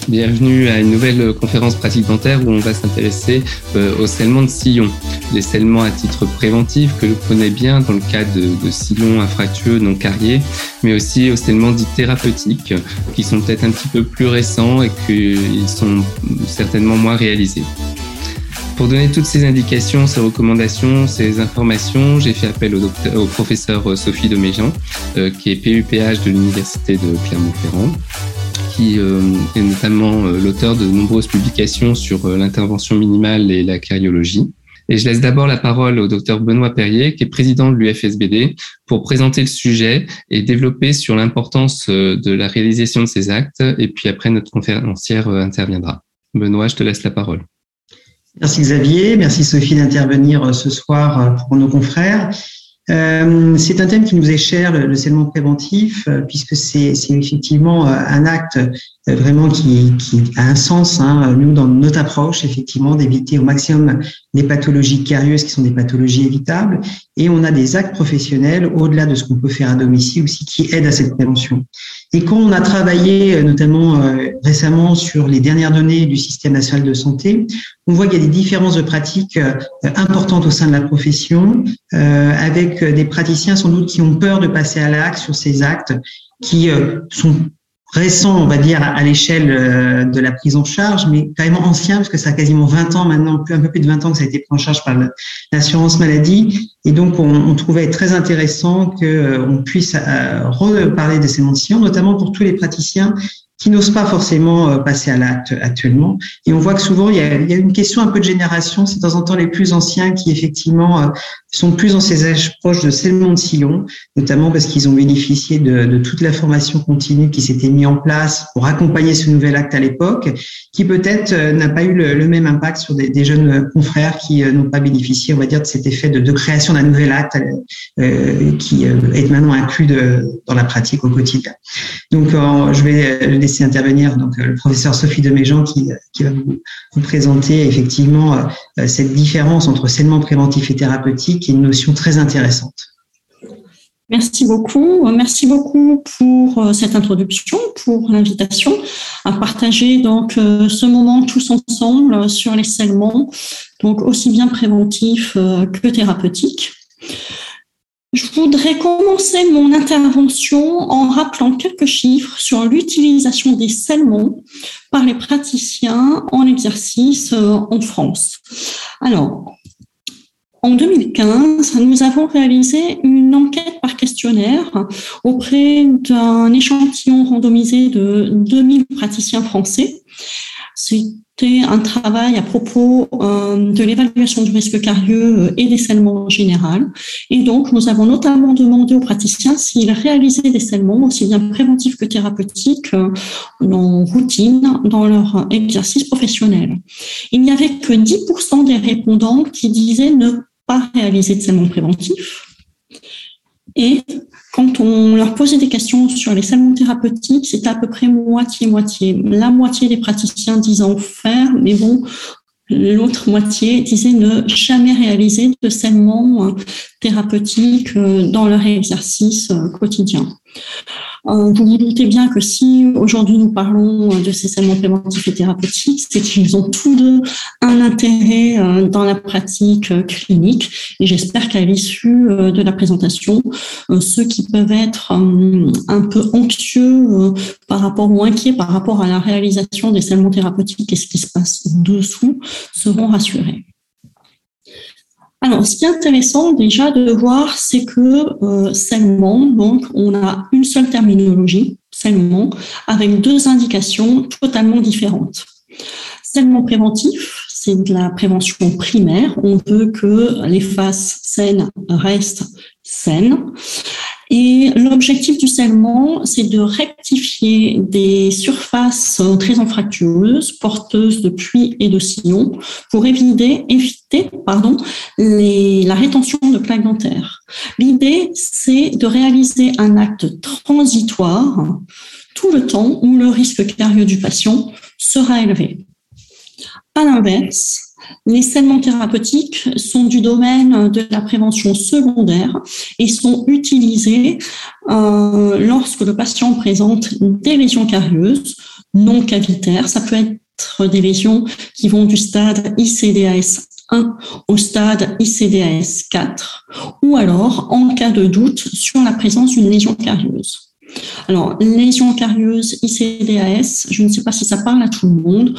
Bienvenue à une nouvelle conférence pratique dentaire où on va s'intéresser au scellement de sillons. Les scellements à titre préventif que l'on connaît bien dans le cas de sillons infractueux non cariés, mais aussi aux scellements dits thérapeutiques qui sont peut-être un petit peu plus récents et qui sont certainement moins réalisés. Pour donner toutes ces indications, ces recommandations, ces informations, j'ai fait appel au professeur Sophie Deméjean, qui est PUPH de l'Université de Clermont-Ferrand, qui est notamment l'auteur de nombreuses publications sur l'intervention minimale et la cariologie. Et je laisse d'abord la parole au docteur Benoît Perrier, qui est président de l'UFSBD, pour présenter le sujet et développer sur l'importance de la réalisation de ces actes. Et puis après, notre conférencière interviendra. Benoît, je te laisse la parole. Merci Xavier, merci Sophie d'intervenir ce soir pour nos confrères. C'est un thème qui nous est cher, le scellement préventif, puisque c'est effectivement un acte vraiment qui a un sens, nous, dans notre approche, effectivement, d'éviter au maximum des pathologies carieuses qui sont des pathologies évitables. Et on a des actes professionnels, au-delà de ce qu'on peut faire à domicile aussi, qui aident à cette prévention. Et quand on a travaillé notamment récemment sur les dernières données du système national de santé, on voit qu'il y a des différences de pratiques importantes au sein de la profession, avec des praticiens sans doute qui ont peur de passer à l'acte sur ces actes qui sont récents, on va dire, à l'échelle de la prise en charge, mais quand même anciens, parce que ça a quasiment 20 ans maintenant, un peu plus de 20 ans que ça a été pris en charge par l'assurance maladie. Et donc, on trouvait très intéressant qu'on puisse reparler de ces mentions, notamment pour tous les praticiens qui n'osent pas forcément passer à l'acte actuellement. Et on voit que souvent, il y a une question un peu de génération. C'est de temps en temps les plus anciens qui, effectivement, sont plus dans ces âges proches de scellement de sillons, notamment parce qu'ils ont bénéficié de toute la formation continue qui s'était mise en place pour accompagner ce nouvel acte à l'époque, qui peut-être n'a pas eu le même impact sur des jeunes confrères qui n'ont pas bénéficié, on va dire, de cet effet de création d'un nouvel acte qui est maintenant inclus dans la pratique au quotidien. Donc, je vais laisser intervenir donc le professeur Sophie Deméjean qui va vous présenter effectivement cette différence entre scellement préventif et thérapeutique, qui est une notion très intéressante. Merci beaucoup pour cette introduction, pour l'invitation à partager donc ce moment tous ensemble sur les scellements, donc aussi bien préventifs que thérapeutiques. Je voudrais commencer mon intervention en rappelant quelques chiffres sur l'utilisation des scellements par les praticiens en exercice en France. Alors, en 2015, nous avons réalisé une enquête par questionnaire auprès d'un échantillon randomisé de 2000 praticiens français. C'était un travail à propos de l'évaluation du risque carieux et des scellements en général. Et donc, nous avons notamment demandé aux praticiens s'ils réalisaient des scellements aussi bien préventifs que thérapeutiques en routine dans leur exercice professionnel. Il n'y avait que 10% des répondants qui disaient ne pas réaliser de scellements préventifs. Et quand on leur posait des questions sur les scellements thérapeutiques, c'était à peu près moitié-moitié. La moitié des praticiens disaient en faire, mais bon, l'autre moitié disait ne jamais réaliser de scellements thérapeutiques dans leur exercice quotidien. Vous vous doutez bien que si aujourd'hui nous parlons de ces scellements préventifs et thérapeutiques, c'est qu'ils ont tous deux un intérêt dans la pratique clinique. Et j'espère qu'à l'issue de la présentation, ceux qui peuvent être un peu anxieux par rapport ou inquiets par rapport à la réalisation des scellements thérapeutiques et ce qui se passe dessous seront rassurés. Alors, ce qui est intéressant déjà de voir, c'est que scellement, donc on a une seule terminologie, scellement, avec deux indications totalement différentes. Scellement préventif, c'est de la prévention primaire. On veut que les faces saines restent saines. Et l'objectif du scellement, c'est de rectifier des surfaces très anfractueuses, porteuses de pluie et de sillons, pour éviter la rétention de plaques dentaires. L'idée, c'est de réaliser un acte transitoire tout le temps où le risque carieux du patient sera élevé. À l'inverse, les scellements thérapeutiques sont du domaine de la prévention secondaire et sont utilisés lorsque le patient présente des lésions carieuses, non cavitaires. Ça peut être des lésions qui vont du stade ICDAS 1 au stade ICDAS 4, ou alors en cas de doute sur la présence d'une lésion carieuse. Alors, lésion carieuse, ICDAS, je ne sais pas si ça parle à tout le monde.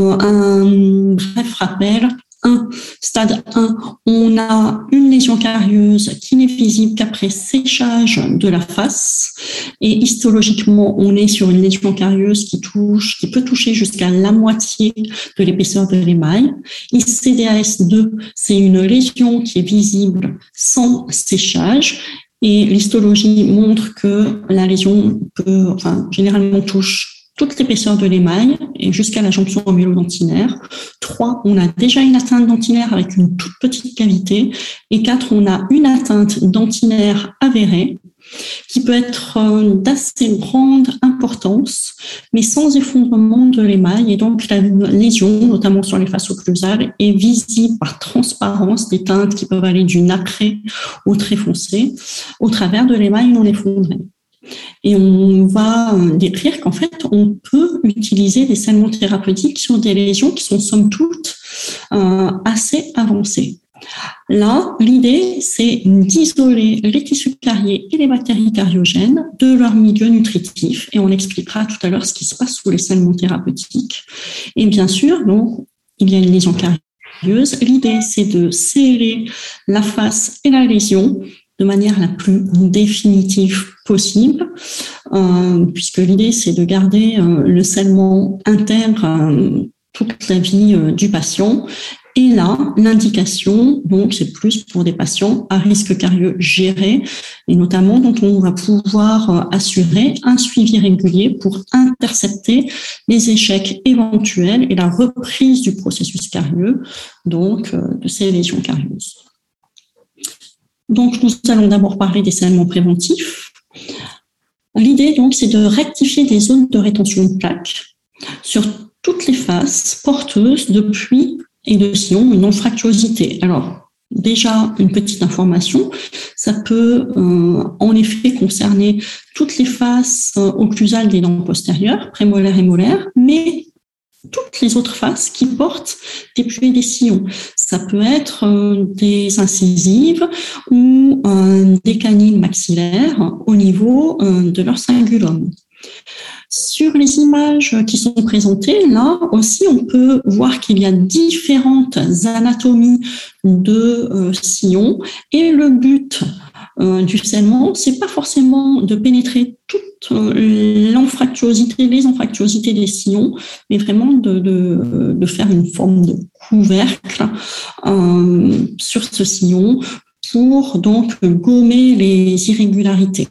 Un bref rappel. Stade 1, on a une lésion carieuse qui n'est visible qu'après séchage de la face. Et histologiquement, on est sur une lésion carieuse qui peut toucher jusqu'à la moitié de l'épaisseur de l'émail. ICDAS 2, c'est une lésion qui est visible sans séchage. Et l'histologie montre que la lésion généralement touche toute l'épaisseur de l'émail et jusqu'à la jonction amylo-dentinaire. 3, on a déjà une atteinte dentinaire avec une toute petite cavité. Et 4, on a une atteinte dentinaire avérée qui peut être d'assez grande importance, mais sans effondrement de l'émail. Et donc, la lésion, notamment sur les faces occlusales, est visible par transparence des teintes qui peuvent aller du nacré au très foncé au travers de l'émail non effondré. Et on va décrire qu'en fait, on peut utiliser des scellements thérapeutiques sur des lésions qui sont somme toute assez avancées. Là, l'idée, c'est d'isoler les tissus cariés et les bactéries cariogènes de leur milieu nutritif. Et on expliquera tout à l'heure ce qui se passe sous les scellements thérapeutiques. Et bien sûr, donc, il y a une lésion carieuse. L'idée, c'est de sceller la face et la lésion de manière la plus définitive possible, puisque l'idée, c'est de garder le scellement intègre toute la vie du patient. Et là, l'indication, donc, c'est plus pour des patients à risque carieux géré, et notamment dont on va pouvoir assurer un suivi régulier pour intercepter les échecs éventuels et la reprise du processus carieux, donc de ces lésions carieuses. Donc, nous allons d'abord parler des scellements préventifs. L'idée, donc, c'est de rectifier des zones de rétention de plaques sur toutes les faces porteuses de pluie et de sillons non fractuosité. Alors, déjà, une petite information, ça peut en effet concerner toutes les faces occlusales des dents postérieures, prémolaires et molaires, mais toutes les autres faces qui portent des pluies et des sillons. Ça peut être des incisives ou des canines maxillaires au niveau de leur cingulum. Sur les images qui sont présentées, là aussi, on peut voir qu'il y a différentes anatomies de sillons et le but du scellement, c'est pas forcément de pénétrer toute l'anfractuosité, les anfractuosités des sillons, mais vraiment de faire une forme de couvercle sur ce sillon pour donc gommer les irrégularités.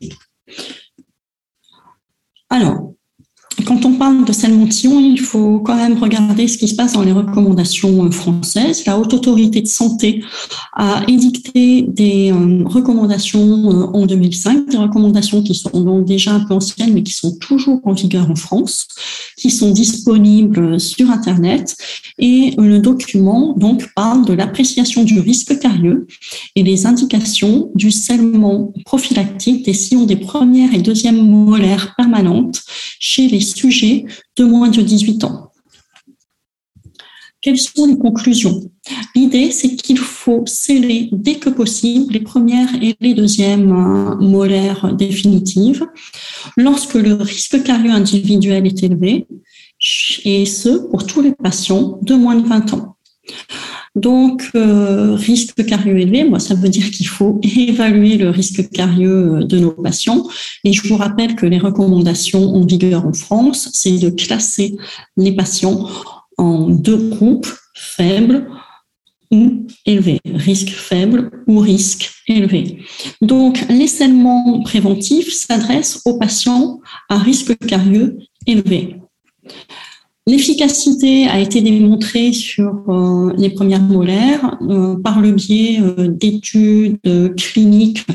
Alors, quand on parle de scellement de sillon, il faut quand même regarder ce qui se passe dans les recommandations françaises. La Haute Autorité de Santé a édicté des recommandations en 2005, des recommandations qui sont donc déjà un peu anciennes, mais qui sont toujours en vigueur en France, qui sont disponibles sur Internet. Et le document donc parle de l'appréciation du risque carieux et les indications du scellement prophylactique des sillons des premières et deuxièmes molaires permanentes chez les sujets de moins de 18 ans. Quelles sont les conclusions? L'idée, c'est qu'il faut sceller dès que possible les premières et les deuxièmes molaires définitives lorsque le risque carieux individuel est élevé, et ce, pour tous les patients de moins de 20 ans. Donc, risque carieux élevé, ça veut dire qu'il faut évaluer le risque carieux de nos patients. Et je vous rappelle que les recommandations en vigueur en France, c'est de classer les patients en 2 groupes, faibles ou élevés, risque faible ou risque élevé. Donc, les scellements préventifs s'adressent aux patients à risque carieux élevé. L'efficacité a été démontrée sur les premières molaires par le biais d'études cliniques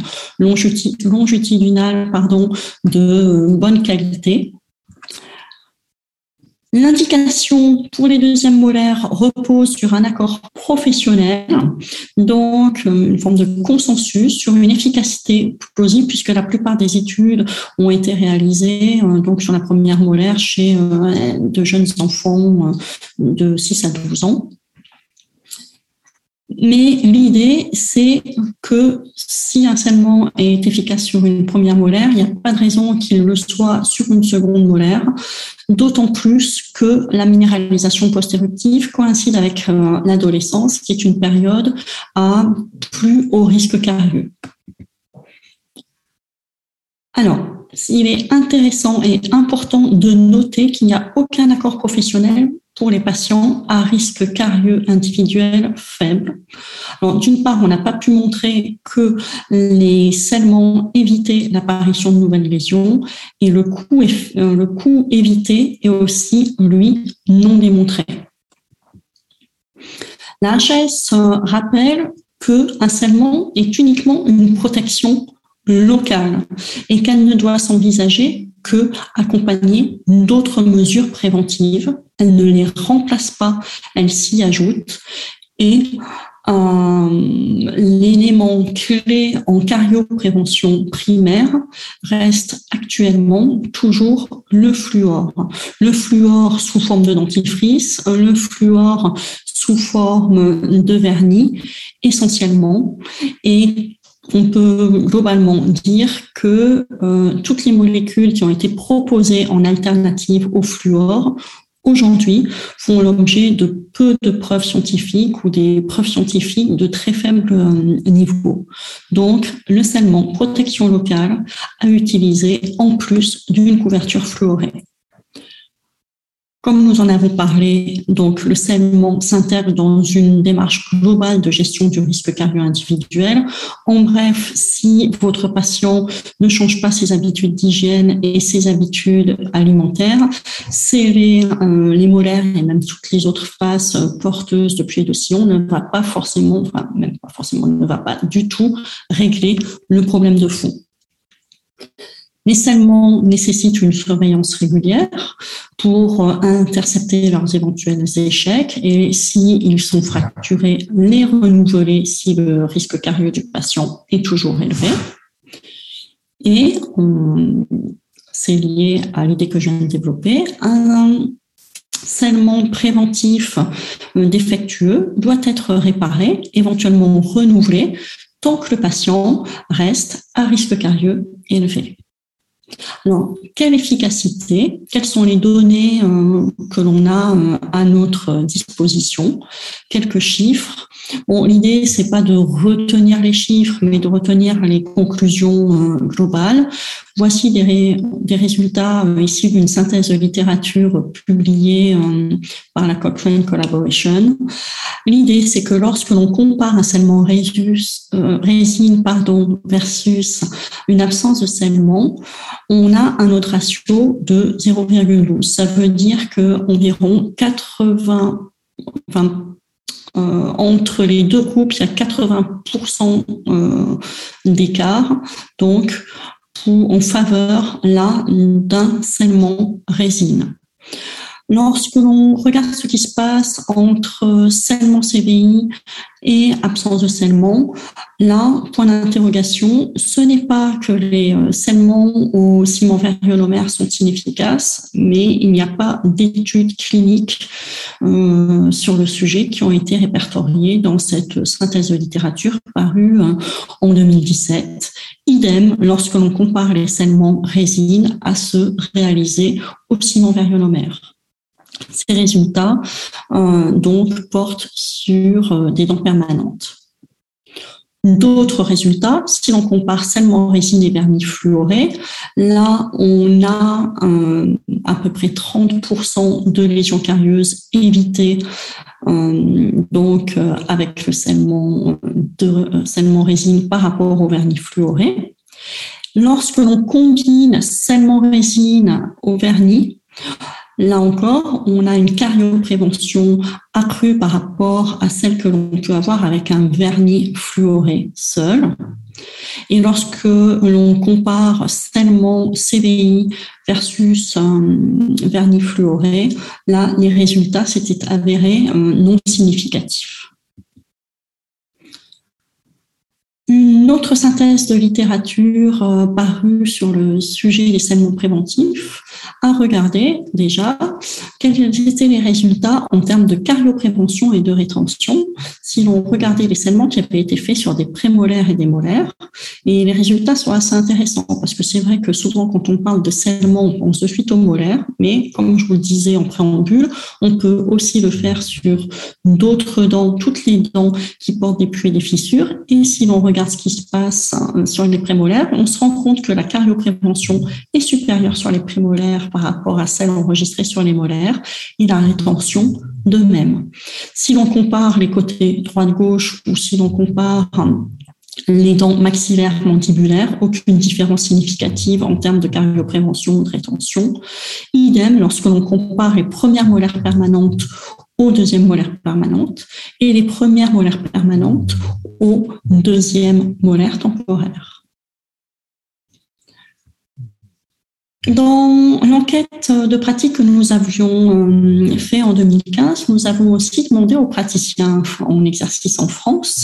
longitudinales de bonne qualité. L'indication pour les deuxièmes molaires repose sur un accord professionnel, donc une forme de consensus sur une efficacité plausible, puisque la plupart des études ont été réalisées donc sur la première molaire chez de jeunes enfants de 6 à 12 ans. Mais l'idée, c'est que si un scellement est efficace sur une première molaire, il n'y a pas de raison qu'il le soit sur une seconde molaire, d'autant plus que la minéralisation post-éruptive coïncide avec l'adolescence, qui est une période à plus haut risque carieux. Alors, il est intéressant et important de noter qu'il n'y a aucun accord professionnel pour les patients à risque carieux individuel faible. Alors, d'une part, on n'a pas pu montrer que les scellements évitaient l'apparition de nouvelles lésions et le coût évité est aussi, lui, non démontré. La HAS rappelle qu'un scellement est uniquement une protection locale et qu'elle ne doit s'envisager que accompagner d'autres mesures préventives. Elle ne les remplace pas, elle s'y ajoute. Et l'élément clé en carioprévention primaire reste actuellement toujours le fluor. Le fluor sous forme de dentifrice, le fluor sous forme de vernis essentiellement. Et on peut globalement dire que toutes les molécules qui ont été proposées en alternative au fluor aujourd'hui font l'objet de peu de preuves scientifiques ou des preuves scientifiques de très faible niveau. Donc, le scellement protection locale à utiliser en plus d'une couverture fluorée. Comme nous en avons parlé, donc le scellement s'intègre dans une démarche globale de gestion du risque cardio individuel. En bref, si votre patient ne change pas ses habitudes d'hygiène et ses habitudes alimentaires, sceller les molaires et même toutes les autres faces porteuses de pluie et de sillon ne va pas forcément, ne va pas du tout régler le problème de fond. Les scellements nécessitent une surveillance régulière pour intercepter leurs éventuels échecs et s'ils sont fracturés, les renouveler si le risque carieux du patient est toujours élevé. Et c'est lié à l'idée que je viens de développer. Un scellement préventif défectueux doit être réparé, éventuellement renouvelé, tant que le patient reste à risque carieux élevé. Alors, quelle efficacité? Quelles sont les données que l'on a à notre disposition? Quelques chiffres. Bon, l'idée, c'est pas de retenir les chiffres, mais de retenir les conclusions globales. Voici des résultats issus d'une synthèse de littérature publiée par la Cochrane Collaboration. L'idée, c'est que lorsque l'on compare un scellement résine versus une absence de scellement, on a un autre ratio de 0,12. Ça veut dire qu'environ entre les deux groupes, il y a 80% d'écart, donc en faveur là d'un scellement résine. Lorsque l'on regarde ce qui se passe entre scellement CVI et absence de scellement, là, point d'interrogation, ce n'est pas que les scellements au ciment varionomère sont inefficaces, mais il n'y a pas d'études cliniques sur le sujet qui ont été répertoriées dans cette synthèse de littérature parue en 2017. Idem lorsque l'on compare les scellements résine à ceux réalisés au ciment varionomère. Ces résultats donc portent sur des dents permanentes. D'autres résultats, si l'on compare seulement résine et vernis fluoré, là on a à peu près 30% de lésions carieuses évitées donc avec le scellement résine par rapport au vernis fluoré. Lorsque l'on combine scellement résine au vernis, là encore, on a une carioprévention accrue par rapport à celle que l'on peut avoir avec un vernis fluoré seul. Et lorsque l'on compare seulement CVI versus vernis fluoré, là, les résultats s'étaient avérés non significatifs. Une autre synthèse de littérature parue sur le sujet des scellements préventifs a regardé déjà quels étaient les résultats en termes de carioprévention et de rétention si l'on regardait les scellements qui avaient été faits sur des prémolaires et des molaires. Et les résultats sont assez intéressants parce que c'est vrai que souvent quand on parle de scellement, on pense de suite aux molaires, mais comme je vous le disais en préambule, on peut aussi le faire sur d'autres dents, toutes les dents qui portent des puits et des fissures. Et si l'on regarde ce qui se passe sur les prémolaires, on se rend compte que la carioprévention est supérieure sur les prémolaires par rapport à celle enregistrée sur les molaires et la rétention de même. Si l'on compare les côtés droite-gauche ou si l'on compare les dents maxillaires mandibulaires, aucune différence significative en termes de carioprévention ou de rétention. Idem lorsque l'on compare les premières molaires permanentes aux deuxièmes molaires permanentes et les premières molaires permanentes aux deuxièmes molaires temporaires. Dans l'enquête de pratique que nous avions fait en 2015, nous avons aussi demandé aux praticiens en exercice en France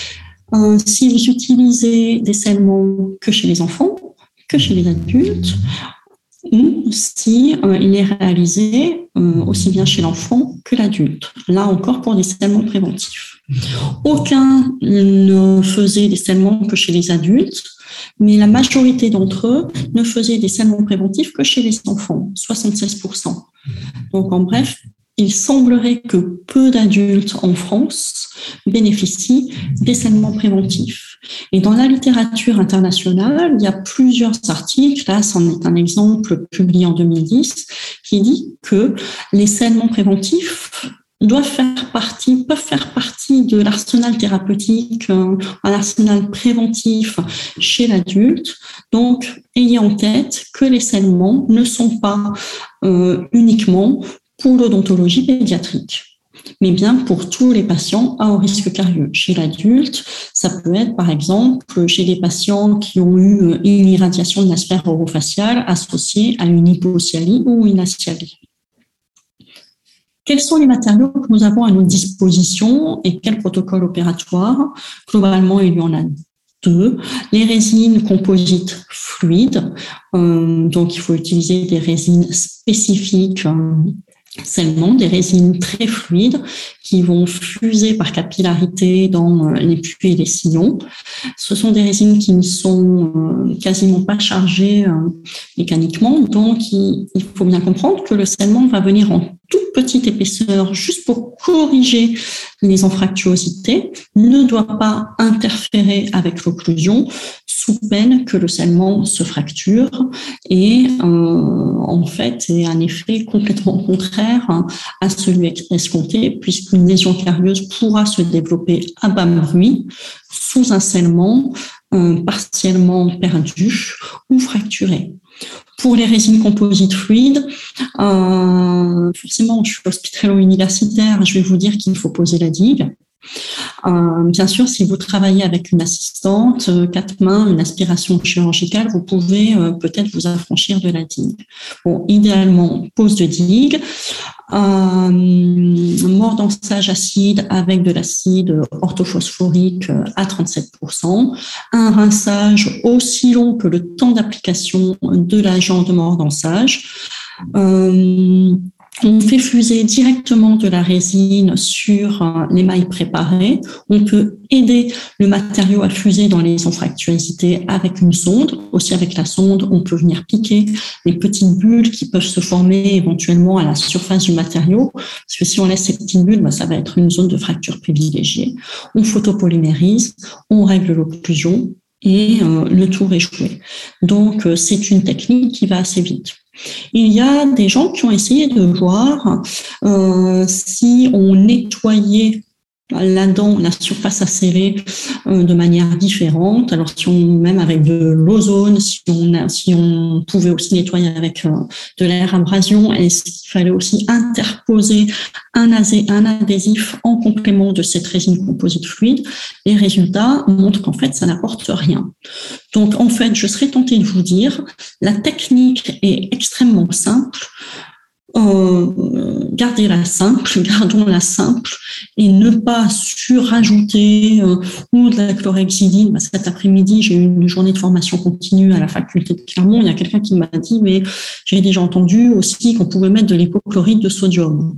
s'ils utilisaient des scellements que chez les enfants, que chez les adultes, ou si il les réalisaient aussi bien chez l'enfant que l'adulte. Là encore pour des scellements préventifs. Aucun ne faisait des scellements que chez les adultes, mais la majorité d'entre eux ne faisaient des scellements préventifs que chez les enfants, 76%. Donc en bref, il semblerait que peu d'adultes en France bénéficient des scellements préventifs. Et dans la littérature internationale, il y a plusieurs articles, là c'en est un exemple publié en 2010, qui dit que les scellements préventifs peuvent faire partie de l'arsenal thérapeutique, un arsenal préventif chez l'adulte. Donc, ayez en tête que les scellements ne sont pas uniquement pour l'odontologie pédiatrique, mais bien pour tous les patients à haut risque carieux. Chez l'adulte, ça peut être par exemple chez des patients qui ont eu une irradiation de la sphère orofaciale associée à une hypocyalie ou une ascialie. Quels sont les matériaux que nous avons à notre disposition et quel protocole opératoire? Globalement, il y en a deux. Les résines composites fluides, donc il faut utiliser des résines spécifiques, seulement des résines très fluides qui vont fuser par capillarité dans les puits et les sillons. Ce sont des résines qui ne sont quasiment pas chargées mécaniquement, donc il faut bien comprendre que le scellement va venir en toute petite épaisseur juste pour corriger les anfractuosités, ne doit pas interférer avec l'occlusion sous peine que le scellement se fracture et en fait est un effet complètement contraire à celui escompté puisqu'une lésion carieuse pourra se développer à bas bruit sous un scellement partiellement perdu ou fracturé. Pour les résines composites fluides, forcément, je suis hospitalo-universitaire, je vais vous dire qu'il faut poser la digue. Bien sûr, si vous travaillez avec une assistante, 4 mains, une aspiration chirurgicale, vous pouvez peut-être vous affranchir de la digue. Bon, idéalement, pose de digue, mordançage acide avec de l'acide orthophosphorique à 37%, un rinçage aussi long que le temps d'application de l'agent de mordançage. On fait fuser directement de la résine sur l'émail préparé. On peut aider le matériau à fuser dans les anfractuosités avec une sonde. Aussi avec la sonde, on peut venir piquer les petites bulles qui peuvent se former éventuellement à la surface du matériau. Parce que si on laisse ces petites bulles, ça va être une zone de fracture privilégiée. On photopolymérise, on règle l'occlusion et le tour est joué. Donc, c'est une technique qui va assez vite. Il y a des gens qui ont essayé de voir si on nettoyait la dent, la surface à sceller de manière différente. Alors, même avec de l'ozone, si on pouvait aussi nettoyer avec de l'air abrasion, et il fallait aussi interposer un adhésif en complément de cette résine composite fluide. Les résultats montrent qu'en fait, ça n'apporte rien. Donc, en fait, je serais tentée de vous dire, la technique est extrêmement simple. Gardons-la simple et ne pas surajouter ou de la chlorhexidine. Cet après-midi, j'ai eu une journée de formation continue à la faculté de Clermont. Il y a quelqu'un qui m'a dit, mais j'ai déjà entendu aussi qu'on pouvait mettre de l'hypochlorite de sodium.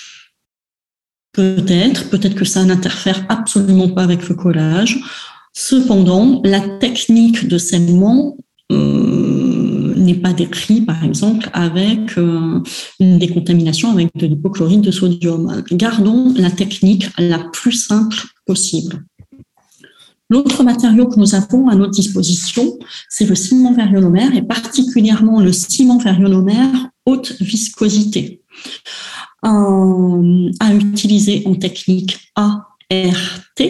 Peut-être que ça n'interfère absolument pas avec le collage. Cependant, la technique de scellement n'est pas décrit, par exemple, avec une décontamination avec de l'hypochlorite de sodium. Gardons la technique la plus simple possible. L'autre matériau que nous avons à notre disposition, c'est le ciment verionomère, et particulièrement le ciment verionomère haute viscosité, à utiliser en technique ART,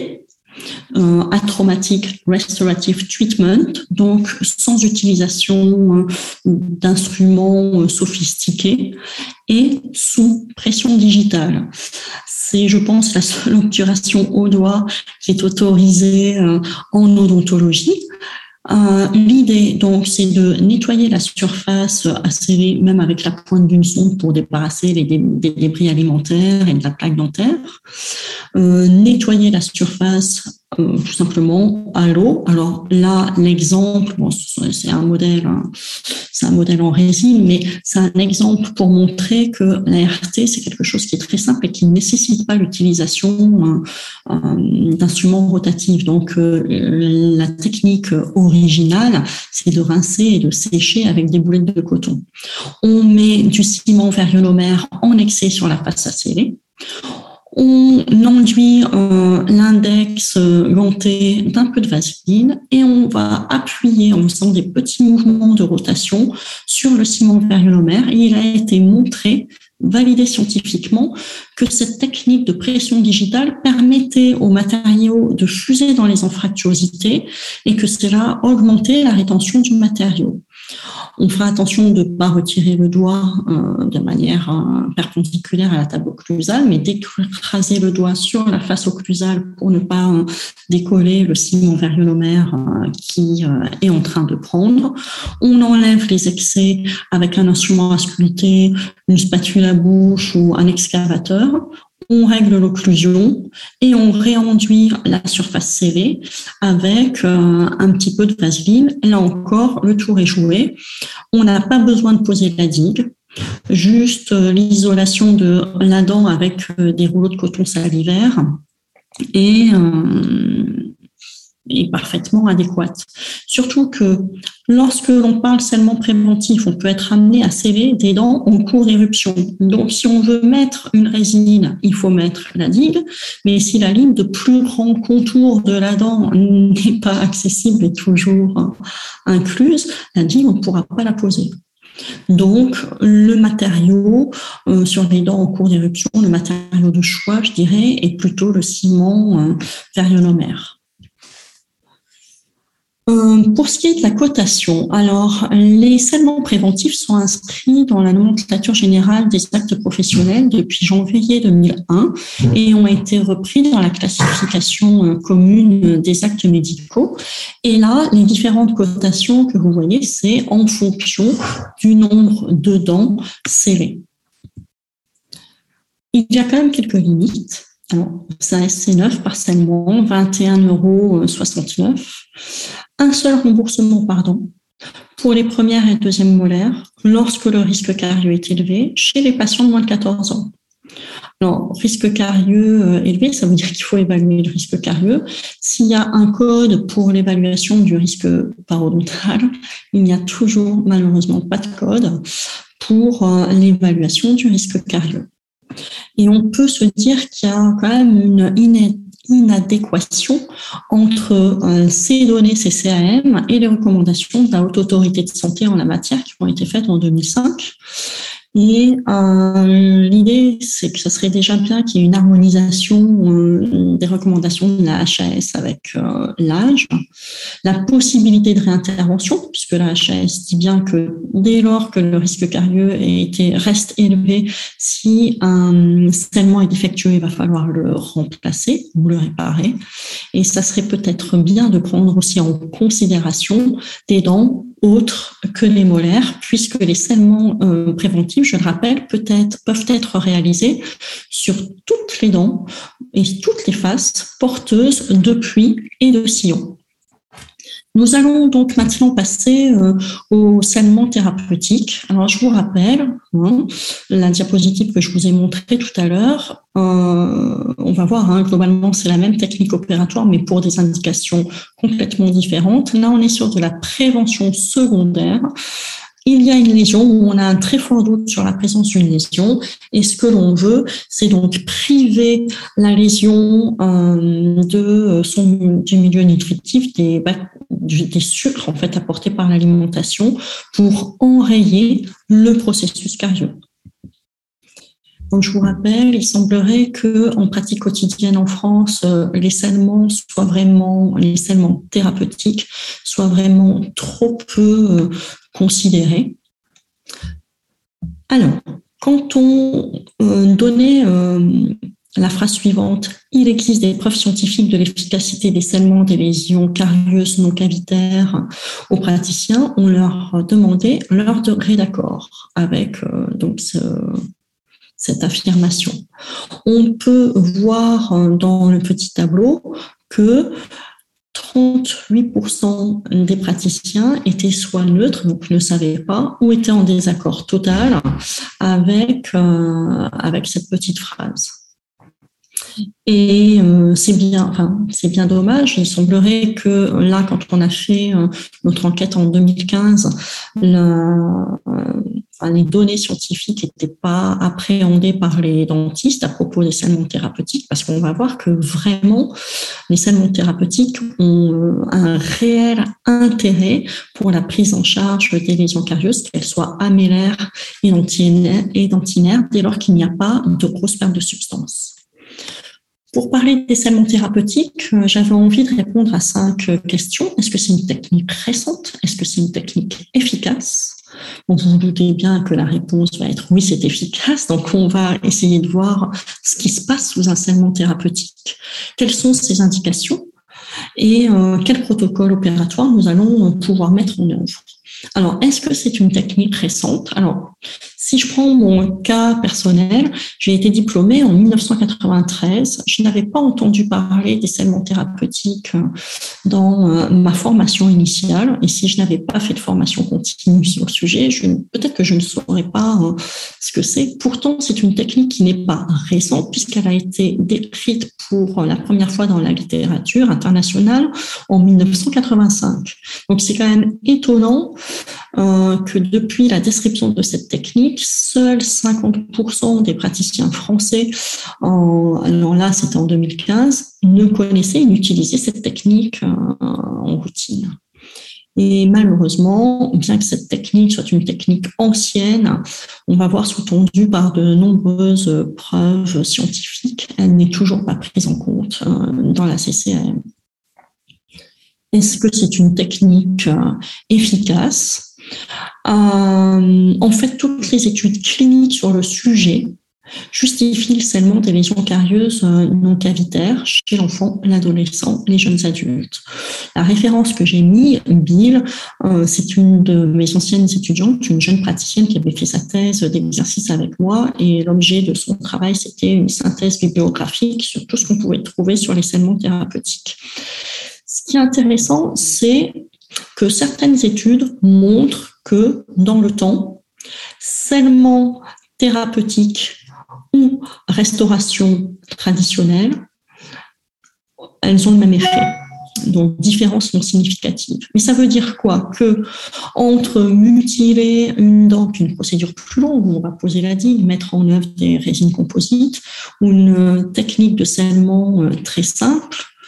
Aromatic Restorative Treatment, donc sans utilisation d'instruments sophistiqués et sous pression digitale. C'est, je pense, la seule obturation au doigt qui est autorisée en odontologie. L'idée, donc, c'est de nettoyer la surface à sceller, même avec la pointe d'une sonde pour débarrasser des débris alimentaires et de la plaque dentaire. Nettoyer la surface tout simplement à l'eau. Alors là, l'exemple, bon, c'est un modèle en résine, mais c'est un exemple pour montrer que l'ART, c'est quelque chose qui est très simple et qui ne nécessite pas l'utilisation d'instruments rotatifs. Donc, la technique originale, c'est de rincer et de sécher avec des boulettes de coton. On met du ciment verionomère en excès sur la face à sceller. On enduit l'index ganté d'un peu de vaseline et on va appuyer en faisant des petits mouvements de rotation sur le ciment verionomère. Et il a été montré, validé scientifiquement, que cette technique de pression digitale permettait aux matériaux de fuser dans les anfractuosités et que cela augmentait la rétention du matériau. On fera attention de ne pas retirer le doigt de manière perpendiculaire à la table occlusale, mais d'écraser le doigt sur la face occlusale pour ne pas décoller le ciment verionomère qui est en train de prendre. On enlève les excès avec un instrument à sculpter, une spatule à bouche ou un excavateur. On règle l'occlusion et on réenduit la surface scellée avec un petit peu de vaseline. Et là encore, le tour est joué. On n'a pas besoin de poser la digue, juste l'isolation de la dent avec des rouleaux de coton salivaire et parfaitement adéquate. Surtout que lorsque l'on parle seulement préventif, on peut être amené à sceller des dents en cours d'éruption. Donc, si on veut mettre une résine, il faut mettre la digue, mais si la ligne de plus grand contour de la dent n'est pas accessible et toujours incluse, la digue, on ne pourra pas la poser. Donc, le matériau sur les dents en cours d'éruption, le matériau de choix, je dirais, est plutôt le ciment verionomère. Pour ce qui est de la cotation, alors les scellements préventifs sont inscrits dans la nomenclature générale des actes professionnels depuis janvier 2001 et ont été repris dans la classification commune des actes médicaux. Et là, les différentes cotations que vous voyez, c'est en fonction du nombre de dents scellées. Il y a quand même quelques limites. Alors, c'est un SC9 par scellement, 21,69 €. Un seul remboursement, pour les premières et deuxièmes molaires lorsque le risque carieux est élevé chez les patients de moins de 14 ans. Alors, risque carieux élevé, ça veut dire qu'il faut évaluer le risque carieux. S'il y a un code pour l'évaluation du risque parodontal, il n'y a toujours malheureusement pas de code pour l'évaluation du risque carieux. Et on peut se dire qu'il y a quand même une inadéquation entre ces données CCAM et les recommandations de la Haute Autorité de Santé en la matière qui ont été faites en 2005. Et l'idée, c'est que ce serait déjà bien qu'il y ait une harmonisation des recommandations de la HAS avec l'âge, la possibilité de réintervention, puisque la HAS dit bien que dès lors que le risque carieux reste élevé, si un scellement est défectueux, il va falloir le remplacer ou le réparer. Et ça serait peut-être bien de prendre aussi en considération des dents autres que les molaires, puisque les scellements préventifs, je le rappelle, peuvent être réalisés sur toutes les dents et toutes les faces porteuses de pluie et de sillon. Nous allons donc maintenant passer au scellement thérapeutique. Alors, je vous rappelle la diapositive que je vous ai montrée tout à l'heure. On va voir, globalement, c'est la même technique opératoire, mais pour des indications complètement différentes. Là, on est sur de la prévention secondaire. Il y a une lésion où on a un très fort doute sur la présence d'une lésion, et ce que l'on veut, c'est donc priver la lésion du milieu nutritif, des sucres en fait apportés par l'alimentation pour enrayer le processus carieux. Donc, je vous rappelle, il semblerait qu'en pratique quotidienne en France, les scellements thérapeutiques soient vraiment trop peu considérés. Alors, quand on donnait la phrase suivante, il existe des preuves scientifiques de l'efficacité des scellements des lésions carieuses non cavitaires aux praticiens, on leur demandait leur degré d'accord avec cette affirmation. On peut voir dans le petit tableau que 38% des praticiens étaient soit neutres, donc ne savaient pas, ou étaient en désaccord total avec cette petite phrase. Et c'est bien dommage. Il semblerait que là, quand on a fait notre enquête en 2015, les données scientifiques n'étaient pas appréhendées par les dentistes à propos des scellements thérapeutiques, parce qu'on va voir que vraiment, les scellements thérapeutiques ont un réel intérêt pour la prise en charge des lésions carieuses, qu'elles soient améllaires et dentinaires, dès lors qu'il n'y a pas de grosse perte de substance. Pour parler des scellements thérapeutiques, j'avais envie de répondre à 5 questions. Est-ce que c'est une technique récente? Est-ce que c'est une technique efficace? Bon, vous vous doutez bien que la réponse va être oui, c'est efficace. Donc, on va essayer de voir ce qui se passe sous un scellement thérapeutique. Quelles sont ses indications et quel protocole opératoire nous allons pouvoir mettre en œuvre. Alors, est-ce que c'est une technique récente? Alors, si je prends mon cas personnel, j'ai été diplômée en 1993. Je n'avais pas entendu parler des scellements thérapeutiques dans ma formation initiale. Et si je n'avais pas fait de formation continue sur le sujet, peut-être que je ne saurais pas ce que c'est. Pourtant, c'est une technique qui n'est pas récente puisqu'elle a été décrite pour la première fois dans la littérature internationale en 1985. Donc, c'est quand même étonnant que depuis la description de cette technique, seuls 50% des praticiens français, alors là c'était en 2015, ne connaissaient et n'utilisaient cette technique en routine. Et malheureusement, bien que cette technique soit une technique ancienne, on va voir sous-tendue par de nombreuses preuves scientifiques, elle n'est toujours pas prise en compte dans la CCM. Est-ce que c'est une technique efficace? En fait, toutes les études cliniques sur le sujet justifient le scellement des lésions carieuses non cavitaires chez l'enfant, l'adolescent, les jeunes adultes. La référence que j'ai mise, Bill, c'est une de mes anciennes étudiantes, une jeune praticienne qui avait fait sa thèse d'exercice avec moi, et l'objet de son travail, c'était une synthèse bibliographique sur tout ce qu'on pouvait trouver sur les scellements thérapeutiques. Ce qui est intéressant, c'est que certaines études montrent que dans le temps, scellement thérapeutique ou restauration traditionnelle, elles ont le même effet. Donc, différences non significatives. Mais ça veut dire quoi? Que entre mutiler une dent, une procédure plus longue où on va poser la digue, mettre en œuvre des résines composites, ou une technique de scellement très simple,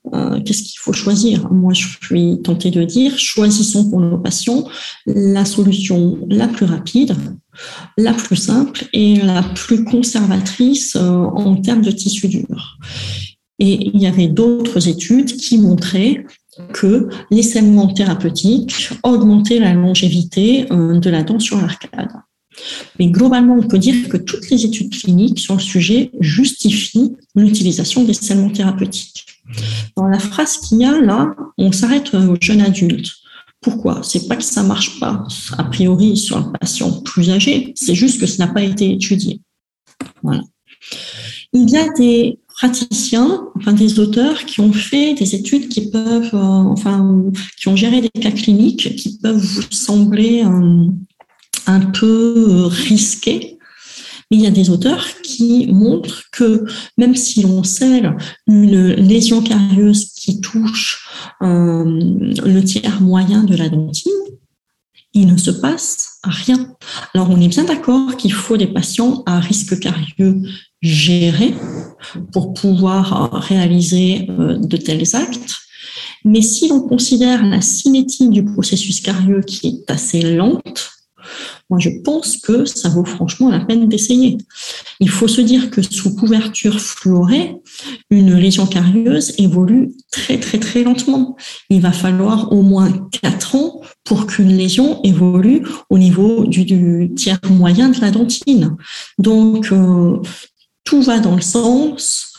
qu'est-ce qu'il faut choisir? Moi, je suis tentée de dire, choisissons pour nos patients la solution la plus rapide, la plus simple et la plus conservatrice en termes de tissu dur. Et il y avait d'autres études qui montraient que les scellements thérapeutiques augmentaient la longévité de la dent sur l'arcade. Mais globalement, on peut dire que toutes les études cliniques sur le sujet justifient l'utilisation des scellements thérapeutiques. Dans la phrase qu'il y a là, on s'arrête aux jeunes adultes. Pourquoi? C'est pas que ça marche pas, a priori, sur le patient plus âgé, c'est juste que ça n'a pas été étudié. Voilà. Il y a des praticiens, des auteurs qui ont fait des études qui peuvent, qui ont géré des cas cliniques qui peuvent vous sembler un peu risqués. Mais il y a des auteurs qui montrent que même si l'on scelle une lésion carieuse qui touche le tiers moyen de la dentine, il ne se passe rien. Alors, on est bien d'accord qu'il faut des patients à risque carieux gérés pour pouvoir réaliser de tels actes. Mais si l'on considère la cinétique du processus carieux qui est assez lente, moi, je pense que ça vaut franchement la peine d'essayer. Il faut se dire que sous couverture fluorée, une lésion carieuse évolue très, très, très lentement. Il va falloir au moins 4 ans pour qu'une lésion évolue au niveau du tiers moyen de la dentine. Donc, tout va dans le sens...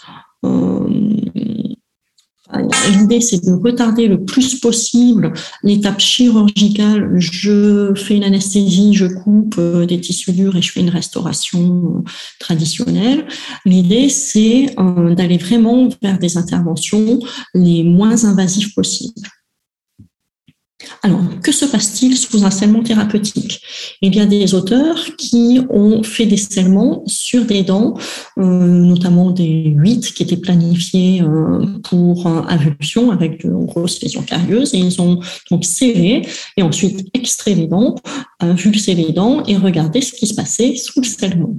L'idée, c'est de retarder le plus possible l'étape chirurgicale. Je fais une anesthésie, je coupe des tissus durs et je fais une restauration traditionnelle. L'idée, c'est d'aller vraiment vers des interventions les moins invasives possibles. Alors, que se passe-t-il sous un scellement thérapeutique? Il y a des auteurs qui ont fait des scellements sur des dents, notamment des 8 qui étaient planifiées pour avulsion avec de grosses lésions carieuses, et ils ont donc scellé et ensuite extrait les dents, avulsé les dents et regardé ce qui se passait sous le scellement.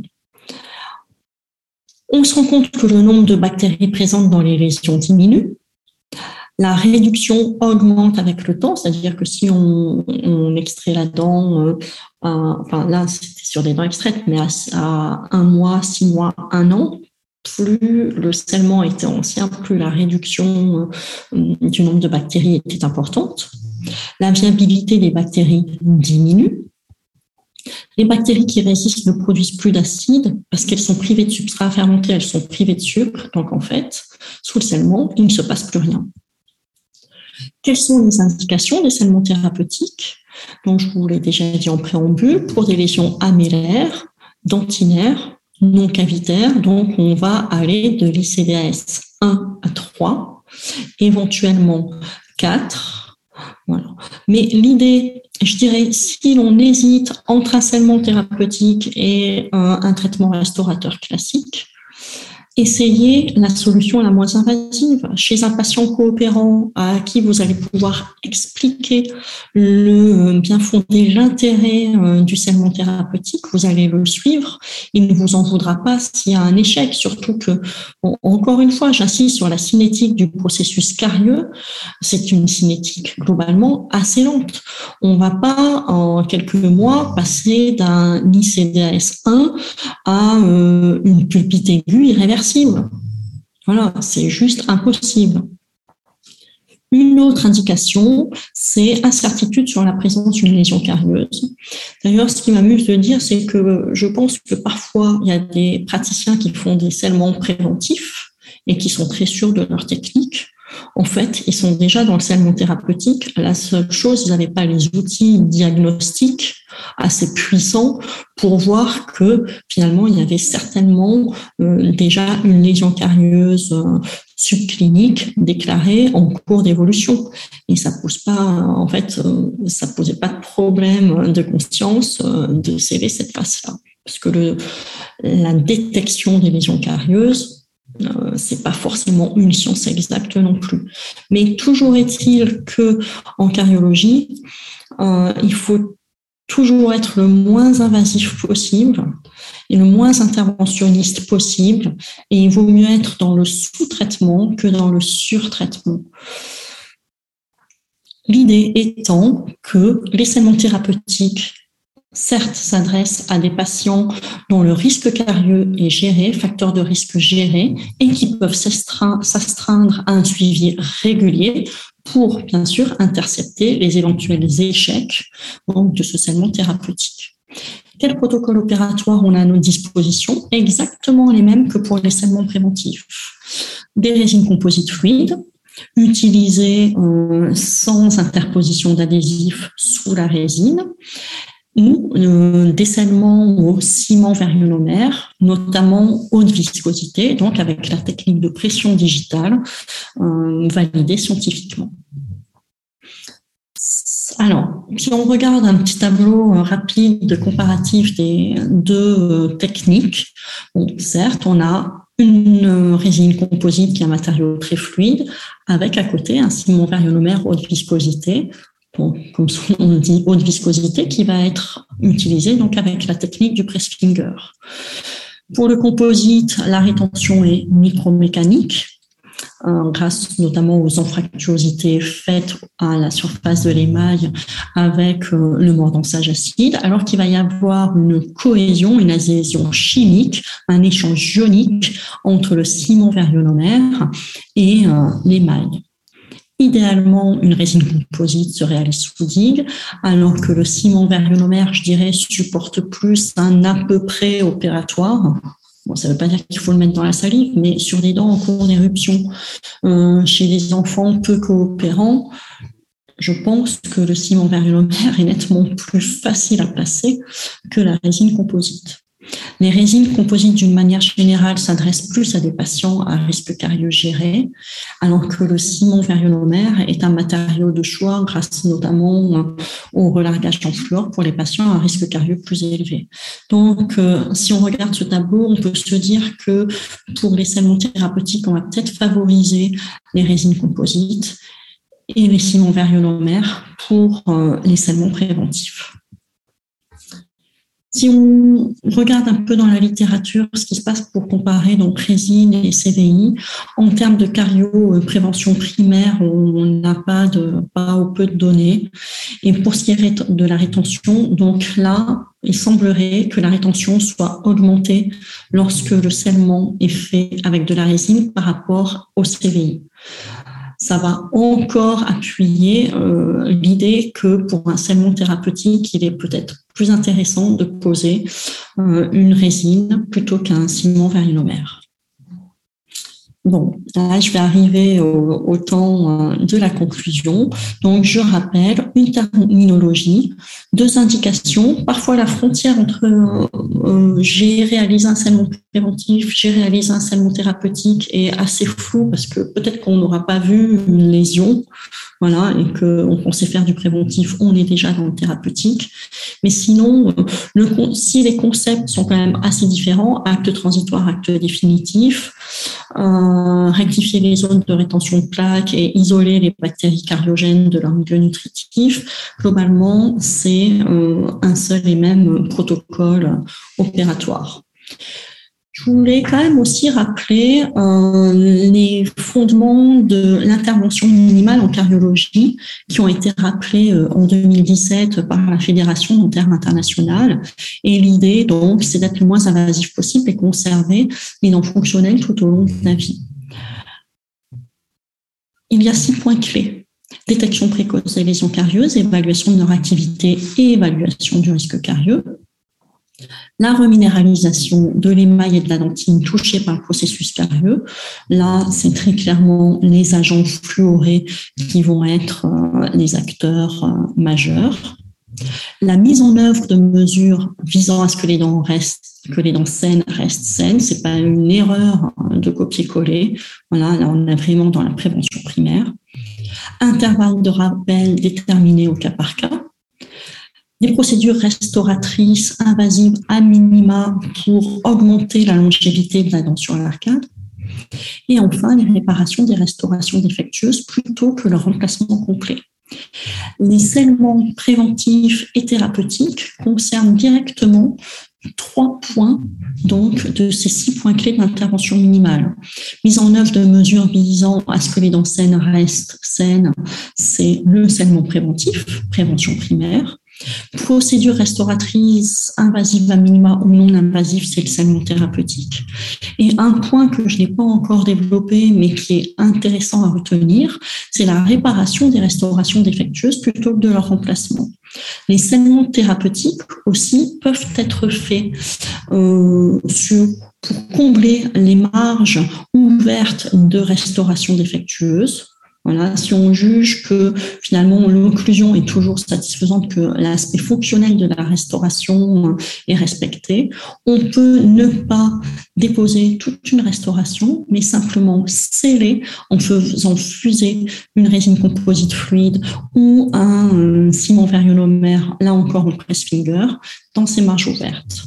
On se rend compte que le nombre de bactéries présentes dans les lésions diminue. La réduction augmente avec le temps, c'est-à-dire que si on extrait la dent, là c'était sur des dents extraites, mais à 1 mois, 6 mois, 1 an, plus le scellement était ancien, plus la réduction du nombre de bactéries était importante. La viabilité des bactéries diminue. Les bactéries qui résistent ne produisent plus d'acide parce qu'elles sont privées de substrat fermenté, elles sont privées de sucre. Donc en fait, sous le scellement, il ne se passe plus rien. Quelles sont les indications des scellements thérapeutiques? Donc, je vous l'ai déjà dit en préambule, pour des lésions améllaires, dentinaires, non cavitaires. Donc, on va aller de l'ICDAS 1 à 3, éventuellement 4. Voilà. Mais l'idée, je dirais, si l'on hésite entre un scellement thérapeutique et un traitement restaurateur classique, essayez la solution la moins invasive. Chez un patient coopérant à qui vous allez pouvoir expliquer le bien fondé, l'intérêt du scellement thérapeutique, vous allez le suivre. Il ne vous en voudra pas s'il y a un échec, surtout que, bon, encore une fois, j'insiste sur la cinétique du processus carieux. C'est une cinétique globalement assez lente. On ne va pas en quelques mois passer d'un ICDAS 1 à une pulpite aiguë irréversible. Voilà, c'est juste impossible. Une autre indication, c'est incertitude sur la présence d'une lésion carieuse. D'ailleurs, ce qui m'amuse de dire, c'est que je pense que parfois, il y a des praticiens qui font des scellements préventifs et qui sont très sûrs de leur technique. En fait, ils sont déjà dans le scellement thérapeutique. La seule chose, ils n'avaient pas les outils diagnostiques assez puissants pour voir que finalement, il y avait certainement déjà une lésion carieuse subclinique déclarée en cours d'évolution. Et ça pose pas, en fait, ça posait pas de problème de conscience de sceller cette face-là. Parce que la détection des lésions carieuses, c'est pas forcément une science exacte non plus. Mais toujours est-il que en cariologie, il faut toujours être le moins invasif possible et le moins interventionniste possible. Et il vaut mieux être dans le sous-traitement que dans le surtraitement. L'idée étant que les saignements thérapeutiques, certes, s'adressent à des patients dont le risque carieux est géré, facteur de risque géré, et qui peuvent s'astreindre à un suivi régulier pour, bien sûr, intercepter les éventuels échecs de ce saignement thérapeutique. Quel protocole opératoire on a à notre disposition? Exactement les mêmes que pour les saignements préventifs. Des résines composites fluides, utilisées sans interposition d'adhésif sous la résine, ou des saignements au ciment verionnomère, notamment haute viscosité, donc avec la technique de pression digitale validée scientifiquement. Alors, si on regarde un petit tableau rapide de comparatif des deux techniques, bon, certes, on a une résine composite qui est un matériau très fluide, avec à côté un ciment verionnomère haute viscosité, comme on dit, haute viscosité, qui va être utilisée donc avec la technique du press-finger. Pour le composite, la rétention est micromécanique, grâce notamment aux anfractuosités faites à la surface de l'émail avec le mordançage acide, alors qu'il va y avoir une cohésion, une adhésion chimique, un échange ionique entre le ciment verionnomère et l'émail. Idéalement, une résine composite se réalise sous digue, alors que le ciment verionnomère, je dirais, supporte plus un à peu près opératoire. Bon, ça ne veut pas dire qu'il faut le mettre dans la salive, mais sur les dents en cours d'éruption, chez les enfants peu coopérants, je pense que le ciment verionnomère est nettement plus facile à placer que la résine composite. Les résines composites, d'une manière générale, s'adressent plus à des patients à risque carieux géré, alors que le ciment verionnomère est un matériau de choix grâce notamment au relargage en fluor pour les patients à risque carieux plus élevé. Donc, si on regarde ce tableau, on peut se dire que pour les saignements thérapeutiques, on va peut-être favoriser les résines composites et les ciments verionnomères pour les saignements préventifs. Si on regarde un peu dans la littérature ce qui se passe pour comparer donc résine et CVI, en termes de cario-prévention primaire, on n'a pas ou peu de données. Et pour ce qui est de la rétention, donc là, il semblerait que la rétention soit augmentée lorsque le saignement est fait avec de la résine par rapport au CVI. Ça va encore appuyer l'idée que pour un saignement thérapeutique, il est peut-être plus intéressant de poser une résine plutôt qu'un ciment verionnomère. Bon, là, je vais arriver au temps de la conclusion. Donc, je rappelle une terminologie, deux indications. Parfois, la frontière entre j'ai réalisé un saignement préventif, j'ai réalisé un saignement thérapeutique est assez floue parce que peut-être qu'on n'aura pas vu une lésion, voilà, et qu'on pensait faire du préventif, on est déjà dans le thérapeutique. Mais sinon, si les concepts sont quand même assez différents, acte transitoire, acte définitif, rectifier les zones de rétention de plaques et isoler les bactéries cariogènes de leur milieu nutritif, globalement, c'est un seul et même protocole opératoire. Je voulais quand même aussi rappeler les fondements de l'intervention minimale en cardiologie qui ont été rappelés en 2017 par la Fédération dentaire internationale. Et l'idée, donc, c'est d'être le moins invasif possible et conserver les dents fonctionnelles tout au long de la vie. Il y a 6 points clés. Détection précoce des lésions carieuses, évaluation de leur activité et évaluation du risque carieux. La reminéralisation de l'émail et de la dentine touchés par le processus carieux. Là, c'est très clairement les agents fluorés qui vont être les acteurs majeurs. La mise en œuvre de mesures visant à ce que les dents saines restent saines, c'est pas une erreur de copier-coller. Voilà, là, on est vraiment dans la prévention primaire. Intervalle de rappel déterminé au cas par cas. Des procédures restauratrices invasives à minima pour augmenter la longévité de la dent sur l'arcade. Et enfin, les réparations des restaurations défectueuses plutôt que leur remplacement complet. Les scellements préventifs et thérapeutiques concernent directement 3 points donc, de ces 6 points clés d'intervention minimale. Mise en œuvre de mesures visant à ce que les dents saines restent saines, c'est le scellement préventif, prévention primaire. Procédure restauratrice invasive à minima ou non invasive, c'est le scellement thérapeutique. Et un point que je n'ai pas encore développé, mais qui est intéressant à retenir, c'est la réparation des restaurations défectueuses plutôt que de leur remplacement. Les scellements thérapeutiques aussi peuvent être faits pour combler les marges ouvertes de restauration défectueuse. Voilà, si on juge que finalement l'occlusion est toujours satisfaisante, que l'aspect fonctionnel de la restauration est respecté, on peut ne pas déposer toute une restauration, mais simplement sceller en faisant fuser une résine composite fluide ou un ciment verionomère, là encore en press finger, dans ces marges ouvertes.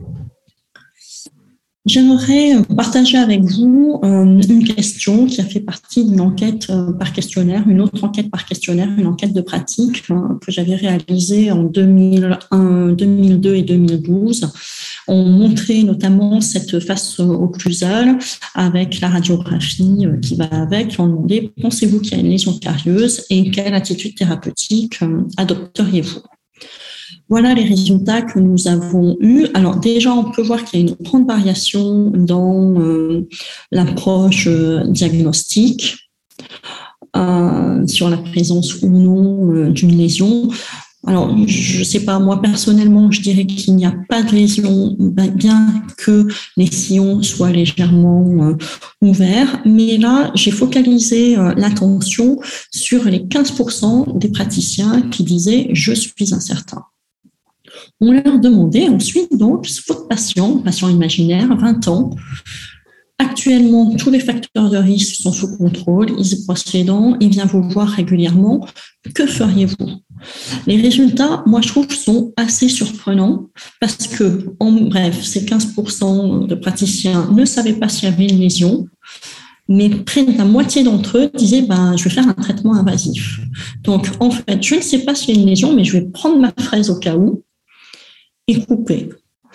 J'aimerais partager avec vous une question qui a fait partie d'une enquête par questionnaire, une autre enquête par questionnaire, une enquête de pratique que j'avais réalisée en 2002 et 2012. On montrait notamment cette face occlusale avec la radiographie qui va avec. On demandait, pensez-vous qu'il y a une lésion carieuse et quelle attitude thérapeutique adopteriez-vous ? Voilà les résultats que nous avons eus. Alors déjà, on peut voir qu'il y a une grande variation dans l'approche diagnostique sur la présence ou non d'une lésion. Alors, je ne sais pas, moi personnellement, je dirais qu'il n'y a pas de lésion, bien que les sillons soient légèrement ouverts. Mais là, j'ai focalisé l'attention sur les 15% des praticiens qui disaient « je suis incertain ». On leur demandait ensuite, donc, votre patient imaginaire, 20 ans, actuellement, tous les facteurs de risque sont sous contrôle, il se brosse les dents, il vient vous voir régulièrement, que feriez-vous ? Les résultats, moi, je trouve, sont assez surprenants parce que, en bref, ces 15% de praticiens ne savaient pas s'il y avait une lésion, mais près de la moitié d'entre eux disaient je vais faire un traitement invasif. Donc, en fait, je ne sais pas s'il y a une lésion, mais je vais prendre ma fraise au cas où et couper.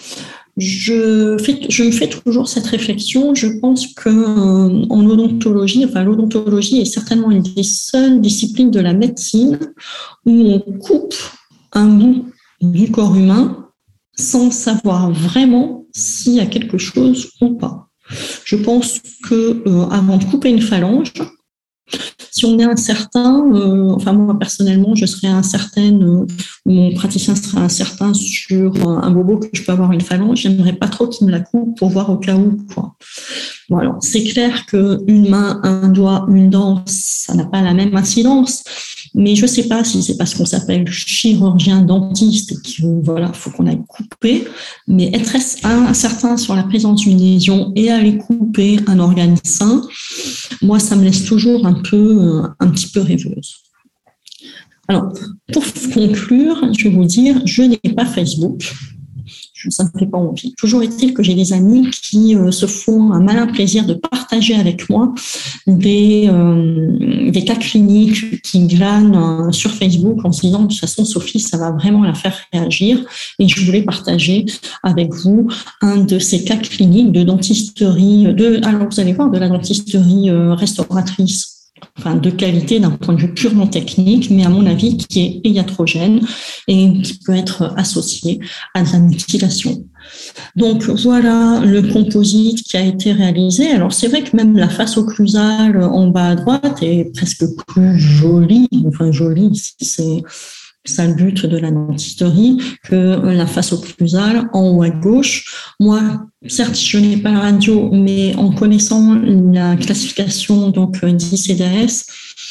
Je me fais toujours cette réflexion. Je pense qu'en odontologie, l'odontologie est certainement une des seules disciplines de la médecine où on coupe un bout du corps humain sans savoir vraiment s'il y a quelque chose ou pas. Je pense qu'avant de couper une phalange, si on est incertain, moi personnellement, je serais incertaine, mon praticien serait incertain sur un bobo que je peux avoir une phalange, j'aimerais pas trop qu'il me la coupe pour voir au cas où, quoi. Bon, alors, c'est clair qu'une main, un doigt, une dent, ça n'a pas la même incidence, mais je sais pas si c'est parce qu'on s'appelle chirurgien dentiste et qu'il faut qu'on aille couper, mais être incertain sur la présence d'une lésion et aller couper un organe sain, moi, ça me laisse toujours un petit peu rêveuse. Alors, pour conclure, je vais vous dire, je n'ai pas Facebook. Ça ne me fait pas envie. Toujours est-il que j'ai des amis qui se font un malin plaisir de partager avec moi des cas cliniques qui glanent sur Facebook en se disant de toute façon, Sophie, ça va vraiment la faire réagir. Et je voulais partager avec vous un de ces cas cliniques de dentisterie, alors vous allez voir, de la dentisterie restauratrice. De qualité d'un point de vue purement technique, mais à mon avis qui est iatrogène et qui peut être associé à de la mutilation. Donc voilà le composite qui a été réalisé. Alors c'est vrai que même la face occlusale en bas à droite est presque plus jolie, si c'est ça le but de la dentisterie, que la face occlusale en haut à gauche. Moi, certes, je n'ai pas la radio, mais en connaissant la classification d'ICDS,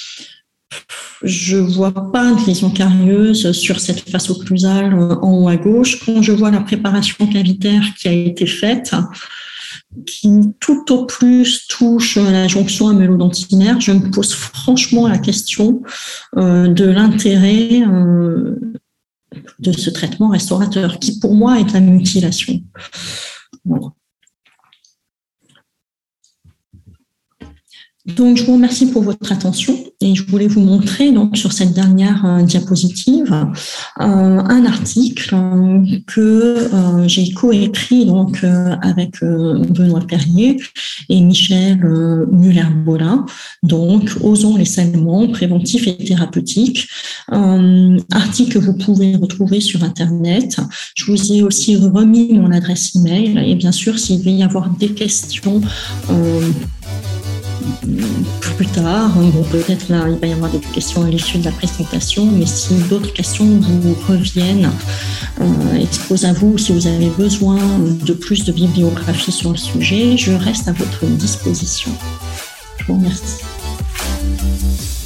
je vois pas de lésion carieuse sur cette face occlusale en haut à gauche. Quand je vois la préparation cavitaire qui a été faite, qui tout au plus touche la jonction amylodontinaire, je me pose franchement la question de l'intérêt de ce traitement restaurateur, qui pour moi est la mutilation. Voilà. Donc, je vous remercie pour votre attention et je voulais vous montrer donc sur cette dernière diapositive un article que j'ai coécrit donc avec Benoît Perrier et Michel Muller-Bolin. Donc, Osons les saignements préventifs et thérapeutiques. Article que vous pouvez retrouver sur Internet. Je vous ai aussi remis mon adresse email et bien sûr, s'il va y avoir des questions plus tard, bon, peut-être là, il va y avoir des questions à l'issue de la présentation, mais si d'autres questions vous reviennent, expose à vous, si vous avez besoin de plus de bibliographie sur le sujet, je reste à votre disposition. Je vous remercie.